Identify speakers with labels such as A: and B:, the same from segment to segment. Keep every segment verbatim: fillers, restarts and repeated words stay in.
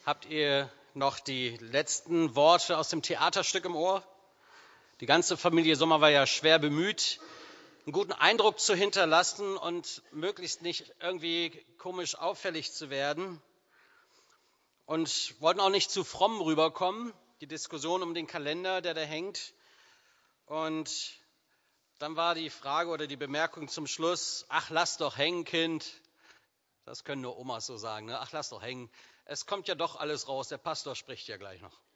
A: Habt ihr noch die letzten Worte aus dem Theaterstück im Ohr? Die ganze Familie Sommer war ja schwer bemüht, einen guten Eindruck zu hinterlassen und möglichst nicht irgendwie komisch auffällig zu werden. Und wollten auch nicht zu fromm rüberkommen. Die Diskussion um den Kalender, der da hängt. Und dann war die Frage oder die Bemerkung zum Schluss: Ach, lass doch hängen, Kind. Das können nur Omas so sagen, ne? Ach, lass doch hängen. Es kommt ja doch alles raus, der Pastor spricht ja gleich noch.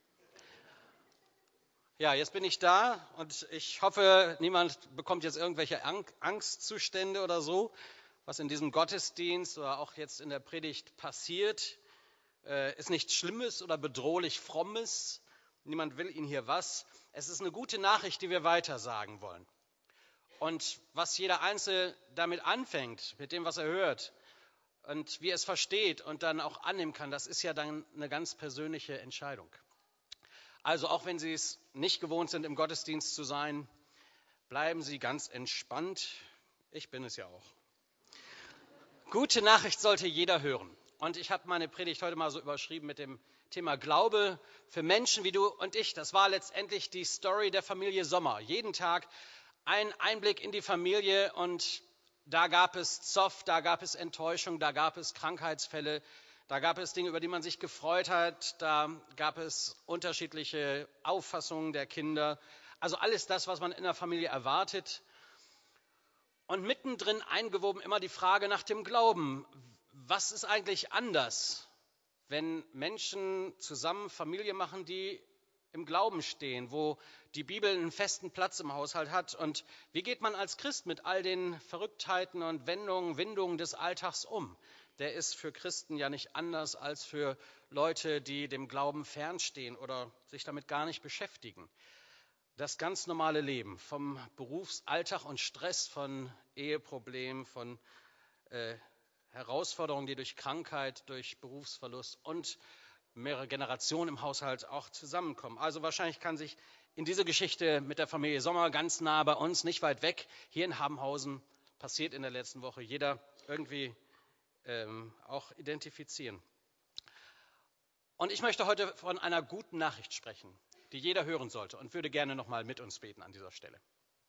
A: Ja, jetzt bin ich da und ich hoffe, niemand bekommt jetzt irgendwelche Angstzustände oder so, was in diesem Gottesdienst oder auch jetzt in der Predigt passiert. Äh, ist nichts Schlimmes oder bedrohlich Frommes. Niemand will Ihnen hier was. Es ist eine gute Nachricht, die wir weitersagen wollen. Und was jeder Einzelne damit anfängt, mit dem, was er hört, und wie er es versteht und dann auch annehmen kann, das ist ja dann eine ganz persönliche Entscheidung. Also auch wenn Sie es nicht gewohnt sind, im Gottesdienst zu sein, bleiben Sie ganz entspannt. Ich bin es ja auch. Gute Nachricht sollte jeder hören. Und ich habe meine Predigt heute mal so überschrieben mit dem Thema Glaube für Menschen wie du und ich. Das war letztendlich die Story der Familie Sommer. Jeden Tag ein Einblick in die Familie und da gab es Zoff, da gab es Enttäuschung, da gab es Krankheitsfälle, da gab es Dinge, über die man sich gefreut hat, da gab es unterschiedliche Auffassungen der Kinder. Also alles das, was man in der Familie erwartet. Und mittendrin eingewoben immer die Frage nach dem Glauben. Was ist eigentlich anders, wenn Menschen zusammen Familie machen, die im Glauben stehen, wo die Bibel einen festen Platz im Haushalt hat? Und wie geht man als Christ mit all den Verrücktheiten und Wendungen, Windungen des Alltags um? Der ist für Christen ja nicht anders als für Leute, die dem Glauben fernstehen oder sich damit gar nicht beschäftigen. Das ganz normale Leben vom Berufsalltag und Stress, von Eheproblemen, von äh, Herausforderungen, die durch Krankheit, durch Berufsverlust und mehrere Generationen im Haushalt auch zusammenkommen. Also wahrscheinlich kann sich in diese Geschichte mit der Familie Sommer ganz nah bei uns, nicht weit weg, hier in Habenhausen, passiert in der letzten Woche, jeder irgendwie ähm, auch identifizieren. Und ich möchte heute von einer guten Nachricht sprechen, die jeder hören sollte und würde gerne nochmal mit uns beten an dieser Stelle.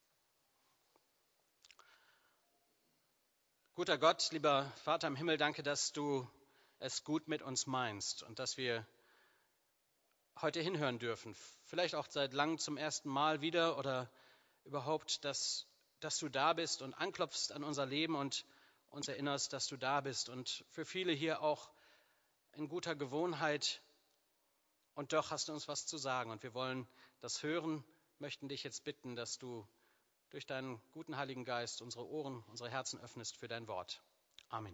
A: Guter Gott, lieber Vater im Himmel, danke, dass du es gut mit uns meinst und dass wir heute hinhören dürfen. Vielleicht auch seit langem zum ersten Mal wieder oder überhaupt, dass, dass du da bist und anklopfst an unser Leben und uns erinnerst, dass du da bist. Und für viele hier auch in guter Gewohnheit. Und doch hast du uns was zu sagen. Und wir wollen das hören, möchten dich jetzt bitten, dass du durch deinen guten Heiligen Geist unsere Ohren, unsere Herzen öffnest für dein Wort. Amen.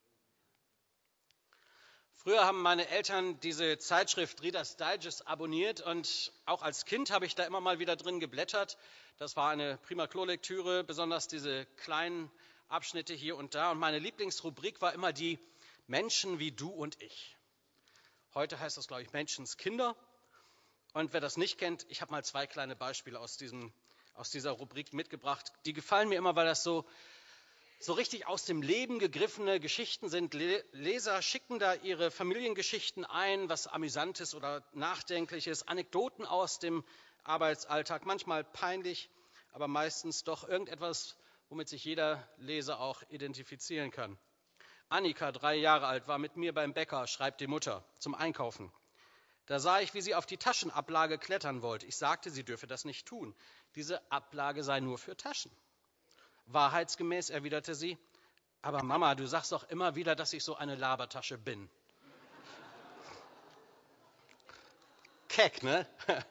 A: Früher haben meine Eltern diese Zeitschrift Reader's Digest abonniert und auch als Kind habe ich da immer mal wieder drin geblättert. Das war eine prima Klolektüre, besonders diese kleinen Abschnitte hier und da. Und meine Lieblingsrubrik war immer die Menschen wie du und ich. Heute heißt das, glaube ich, Menschenskinder. Und wer das nicht kennt, ich habe mal zwei kleine Beispiele aus, diesem, aus dieser Rubrik mitgebracht. Die gefallen mir immer, weil das so So richtig aus dem Leben gegriffene Geschichten sind. Leser schicken da ihre Familiengeschichten ein, was Amüsantes oder Nachdenkliches, Anekdoten aus dem Arbeitsalltag, manchmal peinlich, aber meistens doch irgendetwas, womit sich jeder Leser auch identifizieren kann. Annika, drei Jahre alt, war mit mir beim Bäcker, schreibt die Mutter, zum Einkaufen. Da sah ich, wie sie auf die Taschenablage klettern wollte. Ich sagte, sie dürfe das nicht tun. Diese Ablage sei nur für Taschen. Wahrheitsgemäß erwiderte sie, aber Mama, du sagst doch immer wieder, dass ich so eine Labertasche bin. Keck, ne?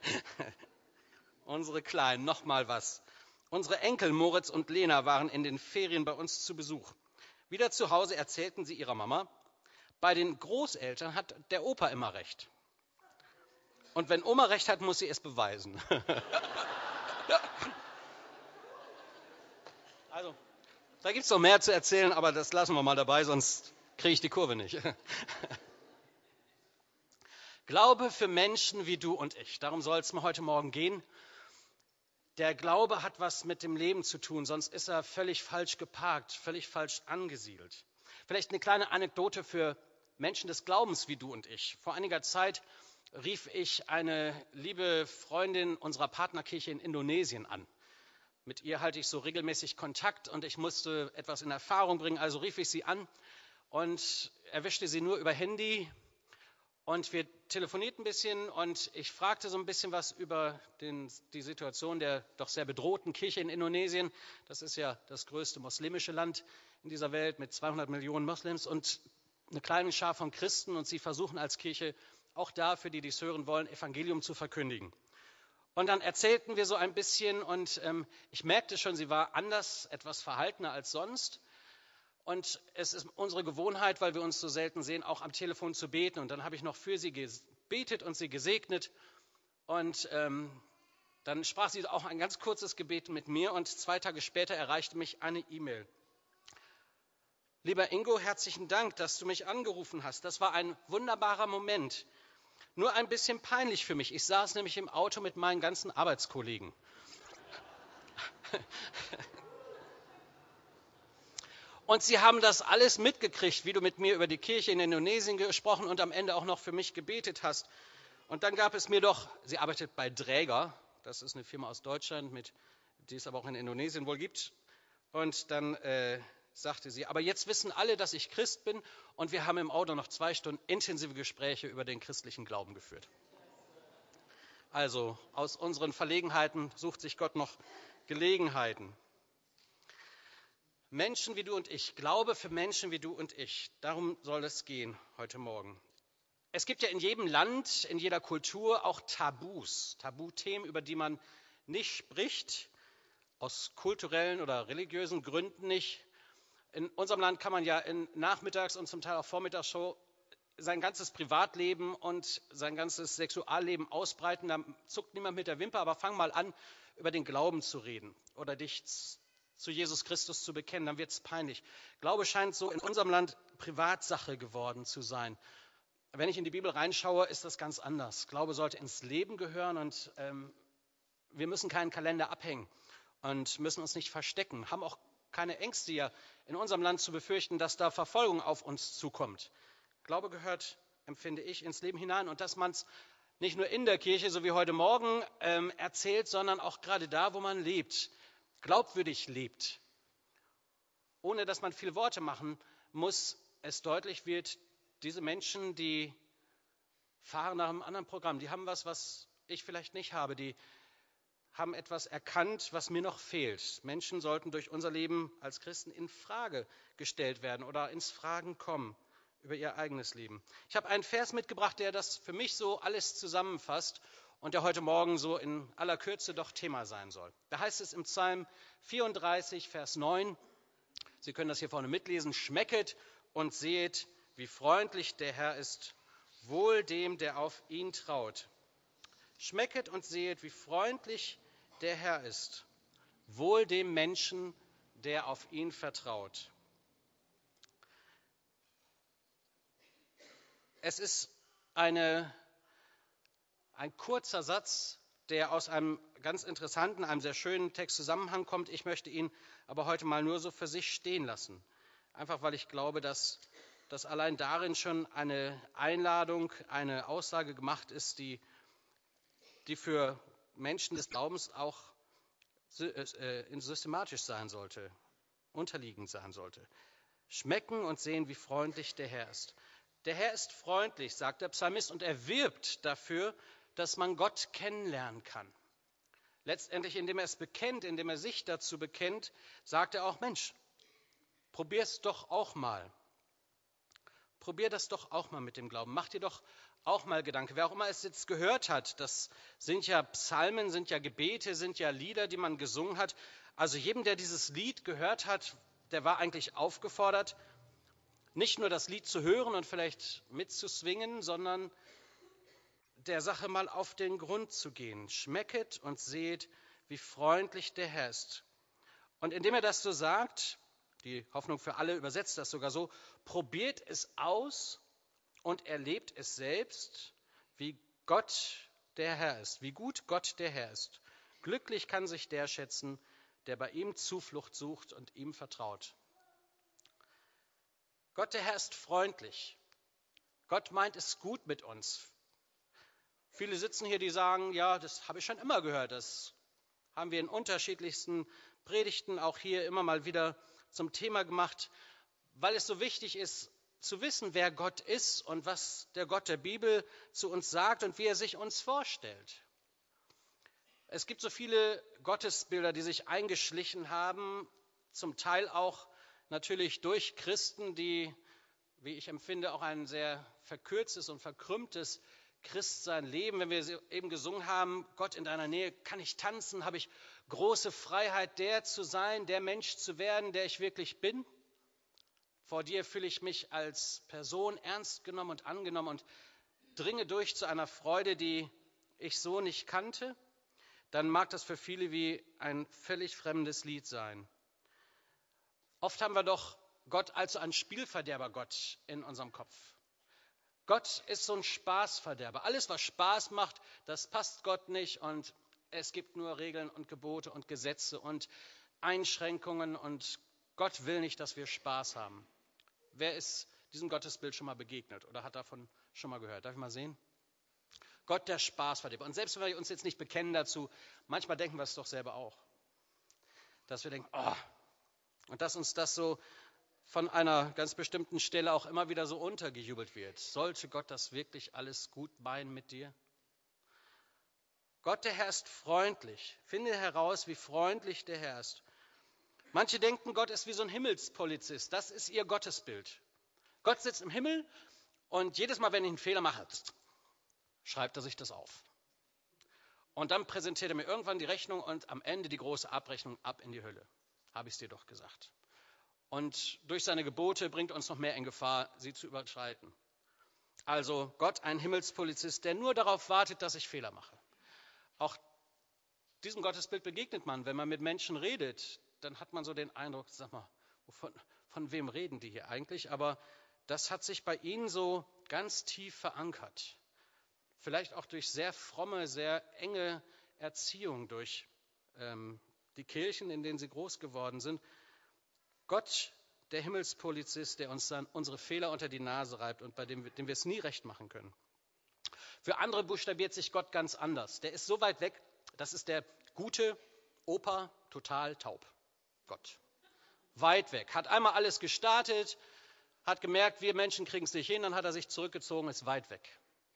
A: Unsere Kleinen, noch mal was. Unsere Enkel Moritz und Lena waren in den Ferien bei uns zu Besuch. Wieder zu Hause erzählten sie ihrer Mama, bei den Großeltern hat der Opa immer recht. Und wenn Oma recht hat, muss sie es beweisen. Also, da gibt es noch mehr zu erzählen, aber das lassen wir mal dabei, sonst kriege ich die Kurve nicht. Glaube für Menschen wie du und ich, darum soll es mir heute Morgen gehen. Der Glaube hat was mit dem Leben zu tun, sonst ist er völlig falsch geparkt, völlig falsch angesiedelt. Vielleicht eine kleine Anekdote für Menschen des Glaubens wie du und ich. Vor einiger Zeit rief ich eine liebe Freundin unserer Partnerkirche in Indonesien an. Mit ihr halte ich so regelmäßig Kontakt und ich musste etwas in Erfahrung bringen, also rief ich sie an und erwischte sie nur über Handy. Und wir telefonierten ein bisschen und ich fragte so ein bisschen was über den, die Situation der doch sehr bedrohten Kirche in Indonesien. Das ist ja das größte muslimische Land in dieser Welt mit zweihundert Millionen Moslems und eine kleine Schar von Christen. Und sie versuchen als Kirche auch da, für die, die es hören wollen, Evangelium zu verkündigen. Und dann erzählten wir so ein bisschen und ähm, ich merkte schon, sie war anders, etwas verhaltener als sonst. Und es ist unsere Gewohnheit, weil wir uns so selten sehen, auch am Telefon zu beten. Und dann habe ich noch für sie gebetet und sie gesegnet. Und ähm, dann sprach sie auch ein ganz kurzes Gebet mit mir. Und zwei Tage später erreichte mich eine E-Mail. Lieber Ingo, herzlichen Dank, dass du mich angerufen hast. Das war ein wunderbarer Moment. Nur ein bisschen peinlich für mich. Ich saß nämlich im Auto mit meinen ganzen Arbeitskollegen. Und sie haben das alles mitgekriegt, wie du mit mir über die Kirche in Indonesien gesprochen und am Ende auch noch für mich gebetet hast. Und dann gab es mir doch, sie arbeitet bei Dräger, das ist eine Firma aus Deutschland, mit, die es aber auch in Indonesien wohl gibt. Und dann äh, sagte sie, aber jetzt wissen alle, dass ich Christ bin und wir haben im Auto noch zwei Stunden intensive Gespräche über den christlichen Glauben geführt. Also aus unseren Verlegenheiten sucht sich Gott noch Gelegenheiten. Menschen wie du und ich, Glaube für Menschen wie du und ich, darum soll es gehen heute Morgen. Es gibt ja in jedem Land, in jeder Kultur auch Tabus, Tabuthemen, über die man nicht spricht, aus kulturellen oder religiösen Gründen nicht. In unserem Land kann man ja in Nachmittags- und zum Teil auch Vormittagsshow sein ganzes Privatleben und sein ganzes Sexualleben ausbreiten. Da zuckt niemand mit der Wimper, aber fang mal an, über den Glauben zu reden oder dich zu Jesus Christus zu bekennen, dann wird es peinlich. Glaube scheint so in unserem Land Privatsache geworden zu sein. Wenn ich in die Bibel reinschaue, ist das ganz anders. Glaube sollte ins Leben gehören und ähm, wir müssen keinen Kalender abhängen und müssen uns nicht verstecken. Haben auch keine Ängste ja in unserem Land zu befürchten, dass da Verfolgung auf uns zukommt. Glaube gehört, empfinde ich, ins Leben hinein und dass man es nicht nur in der Kirche, so wie heute Morgen, ähm, erzählt, sondern auch gerade da, wo man lebt. Glaubwürdig lebt, ohne dass man viele Worte machen muss, es deutlich wird, diese Menschen, die fahren nach einem anderen Programm, die haben was, was ich vielleicht nicht habe, die haben etwas erkannt, was mir noch fehlt. Menschen sollten durch unser Leben als Christen in Frage gestellt werden oder ins Fragen kommen über ihr eigenes Leben. Ich habe einen Vers mitgebracht, der das für mich so alles zusammenfasst und der heute Morgen so in aller Kürze doch Thema sein soll. Da heißt es im Psalm vierunddreißig, Vers neun, Sie können das hier vorne mitlesen, schmecket und sehet, wie freundlich der Herr ist, wohl dem, der auf ihn traut. Schmecket und sehet, wie freundlich der Herr ist, wohl dem Menschen, der auf ihn vertraut. Es ist eine Ein kurzer Satz, der aus einem ganz interessanten, einem sehr schönen Textzusammenhang kommt. Ich möchte ihn aber heute mal nur so für sich stehen lassen. Einfach weil ich glaube, dass, dass allein darin schon eine Einladung, eine Aussage gemacht ist, die, die für Menschen des Glaubens auch systematisch sein sollte, unterliegend sein sollte. Schmecken und sehen, wie freundlich der Herr ist. Der Herr ist freundlich, sagt der Psalmist, und er wirbt dafür, dass man Gott kennenlernen kann. Letztendlich, indem er es bekennt, indem er sich dazu bekennt, sagt er auch, Mensch, probier's doch auch mal. Probier das doch auch mal mit dem Glauben. Mach dir doch auch mal Gedanken. Wer auch immer es jetzt gehört hat, das sind ja Psalmen, sind ja Gebete, sind ja Lieder, die man gesungen hat. Also jedem, der dieses Lied gehört hat, der war eigentlich aufgefordert, nicht nur das Lied zu hören und vielleicht mitzuswingen, sondern der Sache mal auf den Grund zu gehen. Schmecket und seht, wie freundlich der Herr ist. Und indem er das so sagt, die Hoffnung für alle übersetzt das sogar so, probiert es aus und erlebt es selbst, wie Gott der Herr ist, wie gut Gott der Herr ist. Glücklich kann sich der schätzen, der bei ihm Zuflucht sucht und ihm vertraut. Gott der Herr ist freundlich. Gott meint es gut mit uns. Viele sitzen hier, die sagen, ja, das habe ich schon immer gehört. Das haben wir in unterschiedlichsten Predigten auch hier immer mal wieder zum Thema gemacht, weil es so wichtig ist, zu wissen, wer Gott ist und was der Gott der Bibel zu uns sagt und wie er sich uns vorstellt. Es gibt so viele Gottesbilder, die sich eingeschlichen haben, zum Teil auch natürlich durch Christen, die, wie ich empfinde, auch ein sehr verkürztes und verkrümmtes Christsein leben. Wenn wir eben gesungen haben, Gott in deiner Nähe, kann ich tanzen, habe ich große Freiheit, der zu sein, der Mensch zu werden, der ich wirklich bin. Vor dir fühle ich mich als Person ernst genommen und angenommen und dringe durch zu einer Freude, die ich so nicht kannte. Dann mag das für viele wie ein völlig fremdes Lied sein. Oft haben wir doch Gott als ein Spielverderber-Gott in unserem Kopf. Gott ist so ein Spaßverderber. Alles, was Spaß macht, das passt Gott nicht und es gibt nur Regeln und Gebote und Gesetze und Einschränkungen und Gott will nicht, dass wir Spaß haben. Wer ist diesem Gottesbild schon mal begegnet oder hat davon schon mal gehört? Darf ich mal sehen? Gott der Spaßverderber. Und selbst wenn wir uns jetzt nicht bekennen dazu, manchmal denken wir es doch selber auch. Dass wir denken, oh, und dass uns das so von einer ganz bestimmten Stelle auch immer wieder so untergejubelt wird. Sollte Gott das wirklich alles gut meinen mit dir? Gott, der Herr, ist freundlich. Finde heraus, wie freundlich der Herr ist. Manche denken, Gott ist wie so ein Himmelspolizist. Das ist ihr Gottesbild. Gott sitzt im Himmel und jedes Mal, wenn ich einen Fehler mache, schreibt er sich das auf. Und dann präsentiert er mir irgendwann die Rechnung und am Ende die große Abrechnung ab in die Hölle. Habe ich es dir doch gesagt. Und durch seine Gebote bringt uns noch mehr in Gefahr, sie zu überschreiten. Also Gott, ein Himmelspolizist, der nur darauf wartet, dass ich Fehler mache. Auch diesem Gottesbild begegnet man, wenn man mit Menschen redet. Dann hat man so den Eindruck, sag mal, von, von wem reden die hier eigentlich? Aber das hat sich bei ihnen so ganz tief verankert. Vielleicht auch durch sehr fromme, sehr enge Erziehung, durch ähm, die Kirchen, in denen sie groß geworden sind. Gott, der Himmelspolizist, der uns dann unsere Fehler unter die Nase reibt und bei dem, dem wir es nie recht machen können. Für andere buchstabiert sich Gott ganz anders. Der ist so weit weg, das ist der gute Opa, total taub. Gott. Weit weg. Hat einmal alles gestartet, hat gemerkt, wir Menschen kriegen es nicht hin, dann hat er sich zurückgezogen, ist weit weg.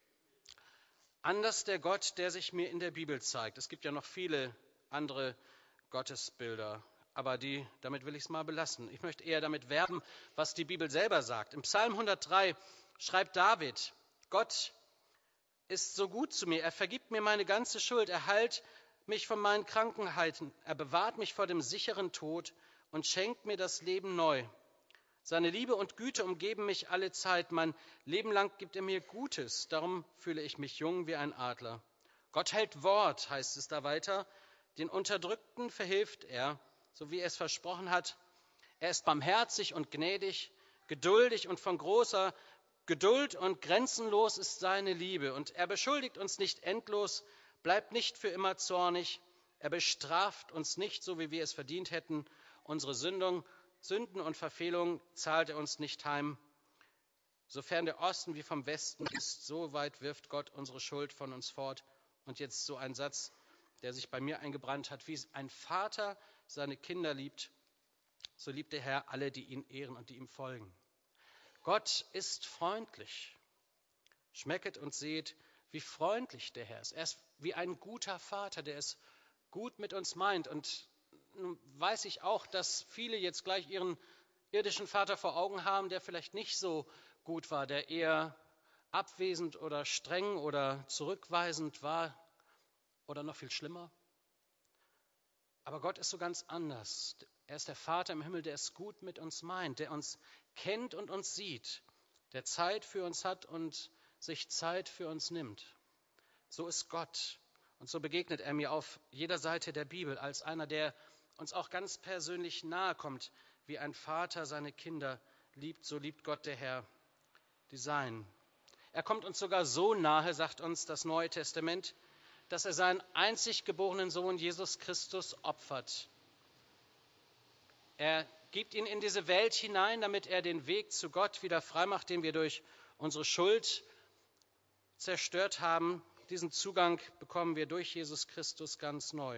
A: Anders der Gott, der sich mir in der Bibel zeigt. Es gibt ja noch viele andere Gottesbilder, aber die, damit will ich es mal belassen. Ich möchte eher damit werben, was die Bibel selber sagt. Im Psalm hundertdrei schreibt David, Gott ist so gut zu mir, er vergibt mir meine ganze Schuld, er heilt mich von meinen Krankheiten, er bewahrt mich vor dem sicheren Tod und schenkt mir das Leben neu. Seine Liebe und Güte umgeben mich alle Zeit, mein Leben lang gibt er mir Gutes, darum fühle ich mich jung wie ein Adler. Gott hält Wort, heißt es da weiter, den Unterdrückten verhilft er, so wie er es versprochen hat. Er ist barmherzig und gnädig, geduldig und von großer Geduld und grenzenlos ist seine Liebe. Und er beschuldigt uns nicht endlos, bleibt nicht für immer zornig. Er bestraft uns nicht, so wie wir es verdient hätten. Unsere Sündung, Sünden und Verfehlungen zahlt er uns nicht heim. Sofern der Osten wie vom Westen ist, so weit wirft Gott unsere Schuld von uns fort. Und jetzt so ein Satz, der sich bei mir eingebrannt hat, wie ein Vater seine Kinder liebt, so liebt der Herr alle, die ihn ehren und die ihm folgen. Gott ist freundlich. Schmecket und seht, wie freundlich der Herr ist. Er ist wie ein guter Vater, der es gut mit uns meint. Und nun weiß ich auch, dass viele jetzt gleich ihren irdischen Vater vor Augen haben, der vielleicht nicht so gut war, der eher abwesend oder streng oder zurückweisend war oder noch viel schlimmer. Aber Gott ist so ganz anders. Er ist der Vater im Himmel, der es gut mit uns meint, der uns kennt und uns sieht, der Zeit für uns hat und sich Zeit für uns nimmt. So ist Gott. Und so begegnet er mir auf jeder Seite der Bibel als einer, der uns auch ganz persönlich nahe kommt, wie ein Vater seine Kinder liebt, so liebt Gott der Herr die Seinen. Er kommt uns sogar so nahe, sagt uns das Neue Testament, dass er seinen einzig geborenen Sohn Jesus Christus opfert. Er gibt ihn in diese Welt hinein, damit er den Weg zu Gott wieder freimacht, den wir durch unsere Schuld zerstört haben. Diesen Zugang bekommen wir durch Jesus Christus ganz neu.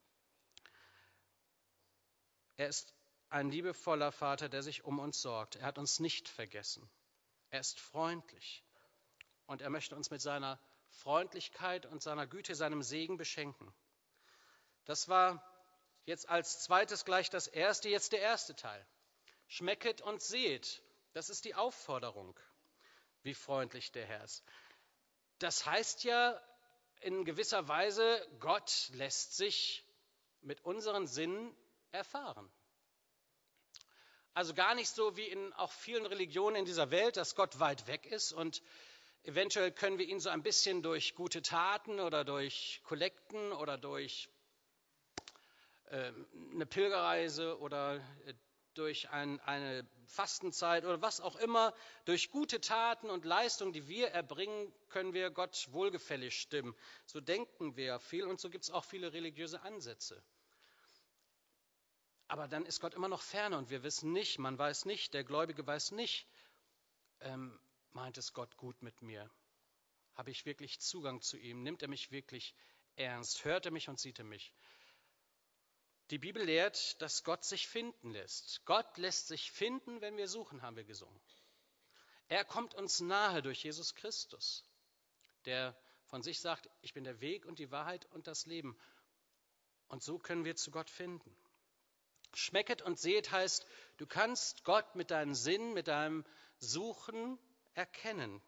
A: Er ist ein liebevoller Vater, der sich um uns sorgt. Er hat uns nicht vergessen. Er ist freundlich und er möchte uns mit seiner Freundlichkeit und seiner Güte, seinem Segen beschenken. Das war jetzt als zweites gleich das erste, jetzt der erste Teil. Schmecket und seht, das ist die Aufforderung, wie freundlich der Herr ist. Das heißt ja in gewisser Weise, Gott lässt sich mit unseren Sinnen erfahren. Also gar nicht so wie in auch vielen Religionen in dieser Welt, dass Gott weit weg ist und eventuell können wir ihn so ein bisschen durch gute Taten oder durch Kollekten oder durch äh, eine Pilgerreise oder äh, durch ein, eine Fastenzeit oder was auch immer, durch gute Taten und Leistungen, die wir erbringen, können wir Gott wohlgefällig stimmen. So denken wir viel und so gibt es auch viele religiöse Ansätze. Aber dann ist Gott immer noch ferne und wir wissen nicht, man weiß nicht, der Gläubige weiß nicht, ähm, meint es Gott gut mit mir? Habe ich wirklich Zugang zu ihm? Nimmt er mich wirklich ernst? Hört er mich und sieht er mich? Die Bibel lehrt, dass Gott sich finden lässt. Gott lässt sich finden, wenn wir suchen, haben wir gesungen. Er kommt uns nahe durch Jesus Christus, der von sich sagt, ich bin der Weg und die Wahrheit und das Leben. Und so können wir zu Gott finden. Schmecket und seht heißt, du kannst Gott mit deinen Sinnen, mit deinem Suchen erkennen.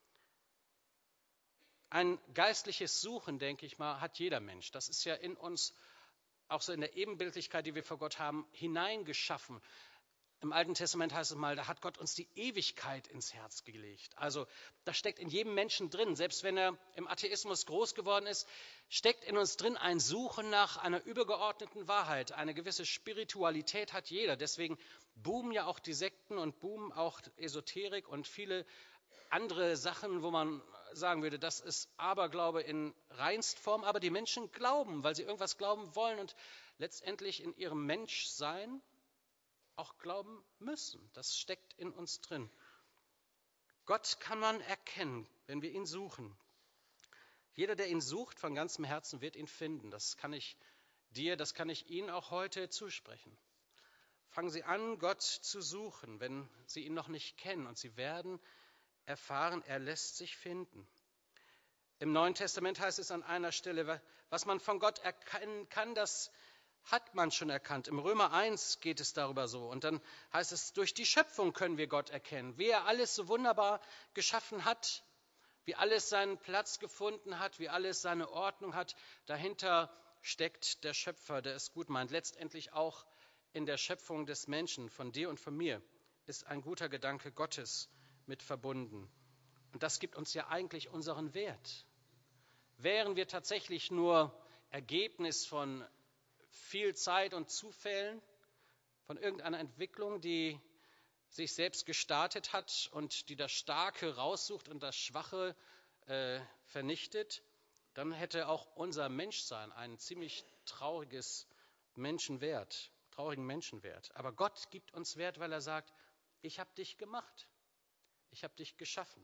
A: Ein geistliches Suchen, denke ich mal, hat jeder Mensch. Das ist ja in uns, auch so in der Ebenbildlichkeit, die wir vor Gott haben, hineingeschaffen. Im Alten Testament heißt es mal, da hat Gott uns die Ewigkeit ins Herz gelegt. Also das steckt in jedem Menschen drin. Selbst wenn er im Atheismus groß geworden ist, steckt in uns drin ein Suchen nach einer übergeordneten Wahrheit. Eine gewisse Spiritualität hat jeder. Deswegen boomen ja auch die Sekten und boomen auch Esoterik und viele andere Sachen, wo man sagen würde, das ist Aberglaube in Reinstform. Aber die Menschen glauben, weil sie irgendwas glauben wollen und letztendlich in ihrem Menschsein auch glauben müssen. Das steckt in uns drin. Gott kann man erkennen, wenn wir ihn suchen. Jeder, der ihn sucht von ganzem Herzen, wird ihn finden. Das kann ich dir, das kann ich Ihnen auch heute zusprechen. Fangen Sie an, Gott zu suchen, wenn Sie ihn noch nicht kennen. Und Sie werden erfahren, er lässt sich finden. Im Neuen Testament heißt es an einer Stelle, was man von Gott erkennen kann, das hat man schon erkannt. Im Römer eins geht es darüber so. Und dann heißt es, durch die Schöpfung können wir Gott erkennen. Wie er alles so wunderbar geschaffen hat, wie alles seinen Platz gefunden hat, wie alles seine Ordnung hat. Dahinter steckt der Schöpfer, der es gut meint. Letztendlich auch in der Schöpfung des Menschen, von dir und von mir, ist ein guter Gedanke Gottes mit verbunden. Und das gibt uns ja eigentlich unseren Wert. Wären wir tatsächlich nur Ergebnis von viel Zeit und Zufällen, von irgendeiner Entwicklung, die sich selbst gestartet hat und die das Starke raussucht und das Schwache äh, vernichtet, dann hätte auch unser Menschsein einen ziemlich trauriges Menschenwert, traurigen Menschenwert. Aber Gott gibt uns Wert, weil er sagt, ich habe dich gemacht, ich habe dich geschaffen.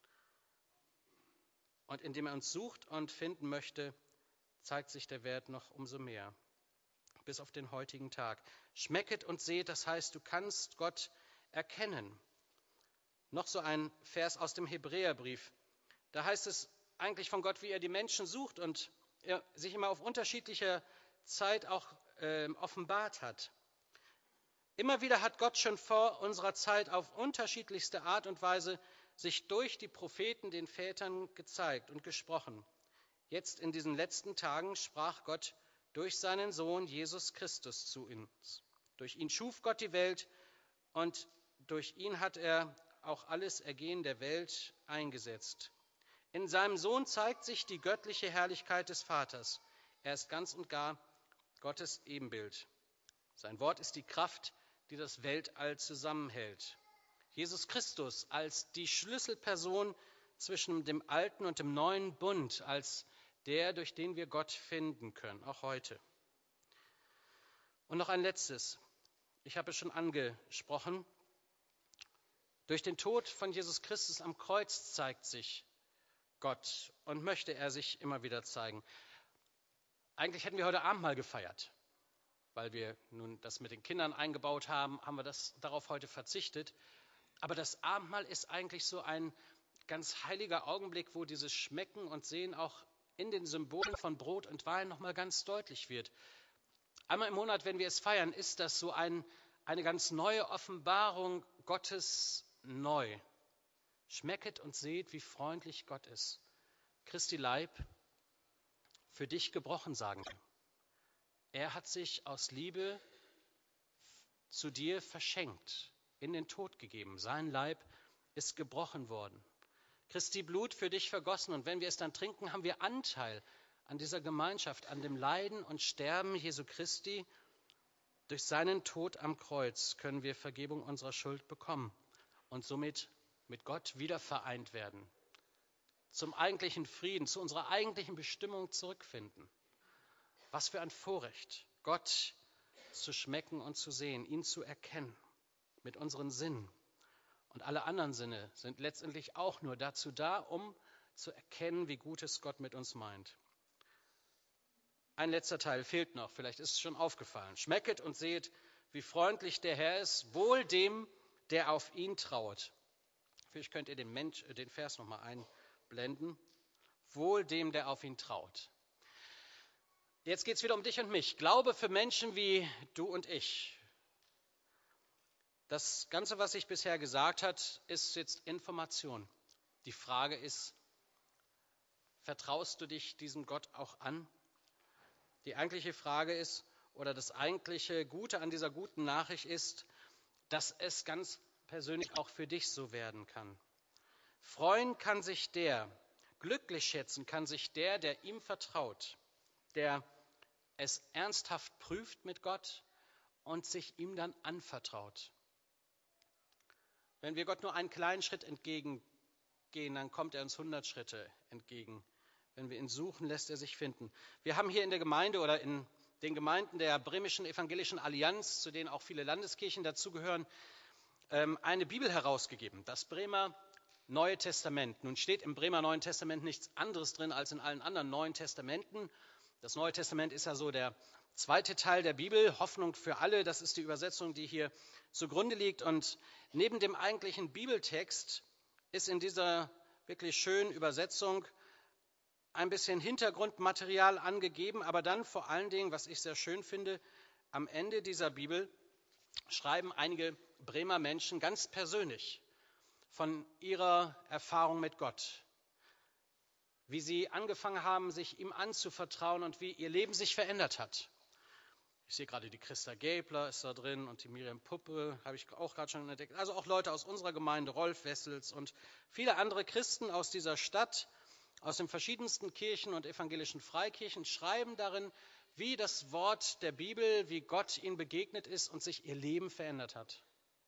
A: Und indem er uns sucht und finden möchte, zeigt sich der Wert noch umso mehr. Bis auf den heutigen Tag. Schmecket und seht, das heißt, du kannst Gott erkennen. Noch so ein Vers aus dem Hebräerbrief. Da heißt es eigentlich von Gott, wie er die Menschen sucht und er sich immer auf unterschiedlicher Zeit auch äh, offenbart hat. Immer wieder hat Gott schon vor unserer Zeit auf unterschiedlichste Art und Weise sich durch die Propheten, den Vätern, gezeigt und gesprochen. Jetzt in diesen letzten Tagen sprach Gott durch seinen Sohn Jesus Christus zu uns. Durch ihn schuf Gott die Welt und durch ihn hat er auch alles Ergehen der Welt eingesetzt. In seinem Sohn zeigt sich die göttliche Herrlichkeit des Vaters. Er ist ganz und gar Gottes Ebenbild. Sein Wort ist die Kraft, die das Weltall zusammenhält. Jesus Christus als die Schlüsselperson zwischen dem alten und dem neuen Bund, als der, durch den wir Gott finden können, auch heute. Und noch ein letztes. Ich habe es schon angesprochen. Durch den Tod von Jesus Christus am Kreuz zeigt sich Gott und möchte er sich immer wieder zeigen. Eigentlich hätten wir heute Abendmahl gefeiert. Weil wir nun das mit den Kindern eingebaut haben, haben wir das darauf heute verzichtet. Aber das Abendmahl ist eigentlich so ein ganz heiliger Augenblick, wo dieses Schmecken und Sehen auch in den Symbolen von Brot und Wein nochmal ganz deutlich wird. Einmal im Monat, wenn wir es feiern, ist das so ein, eine ganz neue Offenbarung Gottes neu. Schmecket und seht, wie freundlich Gott ist. Christi Leib für dich gebrochen, sagen wir. Er hat sich aus Liebe zu dir verschenkt, in den Tod gegeben. Sein Leib ist gebrochen worden. Christi Blut für dich vergossen. Und wenn wir es dann trinken, haben wir Anteil an dieser Gemeinschaft, an dem Leiden und Sterben Jesu Christi. Durch seinen Tod am Kreuz können wir Vergebung unserer Schuld bekommen und somit mit Gott wieder vereint werden. Zum eigentlichen Frieden, zu unserer eigentlichen Bestimmung zurückfinden. Was für ein Vorrecht, Gott zu schmecken und zu sehen, ihn zu erkennen mit unseren Sinnen. Und alle anderen Sinne sind letztendlich auch nur dazu da, um zu erkennen, wie gut es Gott mit uns meint. Ein letzter Teil fehlt noch, vielleicht ist es schon aufgefallen. Schmecket und seht, wie freundlich der Herr ist, wohl dem, der auf ihn traut. Vielleicht könnt ihr den, Mensch, den Vers nochmal einblenden. Wohl dem, der auf ihn traut. Jetzt geht es wieder um dich und mich. Glaube für Menschen wie du und ich. Das Ganze, was ich bisher gesagt habe, ist jetzt Information. Die Frage ist, vertraust du dich diesem Gott auch an? Die eigentliche Frage ist, oder das eigentliche Gute an dieser guten Nachricht ist, dass es ganz persönlich auch für dich so werden kann. Freuen kann sich der, glücklich schätzen kann sich der, der ihm vertraut, der es ernsthaft prüft mit Gott und sich ihm dann anvertraut. Wenn wir Gott nur einen kleinen Schritt entgegengehen, dann kommt er uns hundert Schritte entgegen. Wenn wir ihn suchen, lässt er sich finden. Wir haben hier in der Gemeinde oder in den Gemeinden der Bremischen Evangelischen Allianz, zu denen auch viele Landeskirchen dazugehören, eine Bibel herausgegeben, das Bremer Neue Testament. Nun steht im Bremer Neuen Testament nichts anderes drin als in allen anderen Neuen Testamenten. Das Neue Testament ist ja so der zweite Teil der Bibel, Hoffnung für alle. Das ist die Übersetzung, die hier zugrunde liegt. Und neben dem eigentlichen Bibeltext ist in dieser wirklich schönen Übersetzung ein bisschen Hintergrundmaterial angegeben, aber dann vor allen Dingen, was ich sehr schön finde, am Ende dieser Bibel schreiben einige Bremer Menschen ganz persönlich von ihrer Erfahrung mit Gott, wie sie angefangen haben, sich ihm anzuvertrauen und wie ihr Leben sich verändert hat. Ich sehe gerade, die Christa Gäbler ist da drin und die Miriam Puppe habe ich auch gerade schon entdeckt. Also auch Leute aus unserer Gemeinde, Rolf Wessels und viele andere Christen aus dieser Stadt, aus den verschiedensten Kirchen und evangelischen Freikirchen, schreiben darin, wie das Wort der Bibel, wie Gott ihnen begegnet ist und sich ihr Leben verändert hat.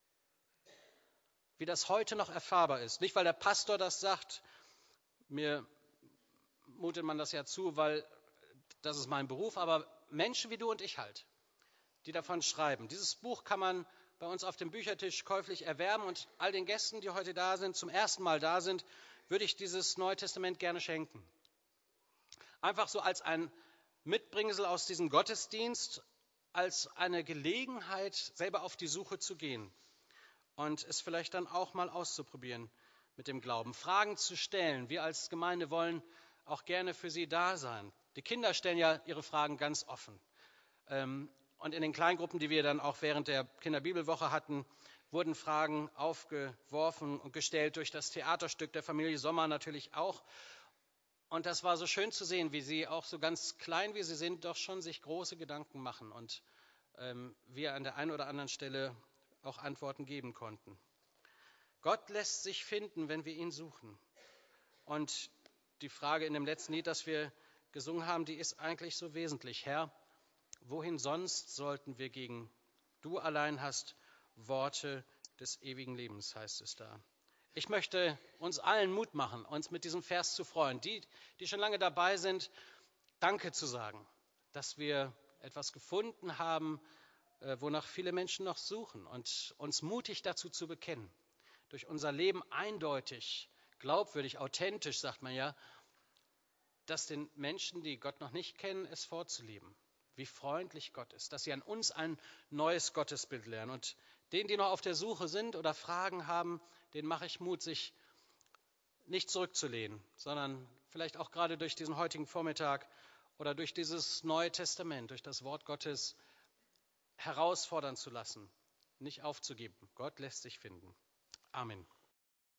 A: Wie das heute noch erfahrbar ist. Nicht, weil der Pastor das sagt, mir mutet man das ja zu, weil das ist mein Beruf, aber Menschen wie du und ich halt, die davon schreiben. Dieses Buch kann man bei uns auf dem Büchertisch käuflich erwerben und all den Gästen, die heute da sind, zum ersten Mal da sind, würde ich dieses Neue Testament gerne schenken. Einfach so als ein Mitbringsel aus diesem Gottesdienst, als eine Gelegenheit, selber auf die Suche zu gehen und es vielleicht dann auch mal auszuprobieren mit dem Glauben. Fragen zu stellen. Wir als Gemeinde wollen auch gerne für Sie da sein. Die Kinder stellen ja ihre Fragen ganz offen. Und in den Kleingruppen, die wir dann auch während der Kinderbibelwoche hatten, wurden Fragen aufgeworfen und gestellt durch das Theaterstück der Familie Sommer natürlich auch. Und das war so schön zu sehen, wie sie auch so ganz klein, wie sie sind, doch schon sich große Gedanken machen und ähm, wir an der einen oder anderen Stelle auch Antworten geben konnten. Gott lässt sich finden, wenn wir ihn suchen. Und die Frage in dem letzten Lied, das wir gesungen haben, die ist eigentlich so wesentlich. Herr, wohin sonst sollten wir gehen? Du allein hast Worte des ewigen Lebens, heißt es da. Ich möchte uns allen Mut machen, uns mit diesem Vers zu freuen. Die, die schon lange dabei sind, Danke zu sagen, dass wir etwas gefunden haben, wonach viele Menschen noch suchen und uns mutig dazu zu bekennen. durch unser Leben eindeutig, glaubwürdig, authentisch, sagt man ja, das den Menschen, die Gott noch nicht kennen, es vorzuleben, wie freundlich Gott ist, dass sie an uns ein neues Gottesbild lernen. Und denen, die noch auf der Suche sind oder Fragen haben, denen mache ich Mut, sich nicht zurückzulehnen, sondern vielleicht auch gerade durch diesen heutigen Vormittag oder durch dieses Neue Testament, durch das Wort Gottes herausfordern zu lassen, nicht aufzugeben. Gott lässt sich finden. Amen.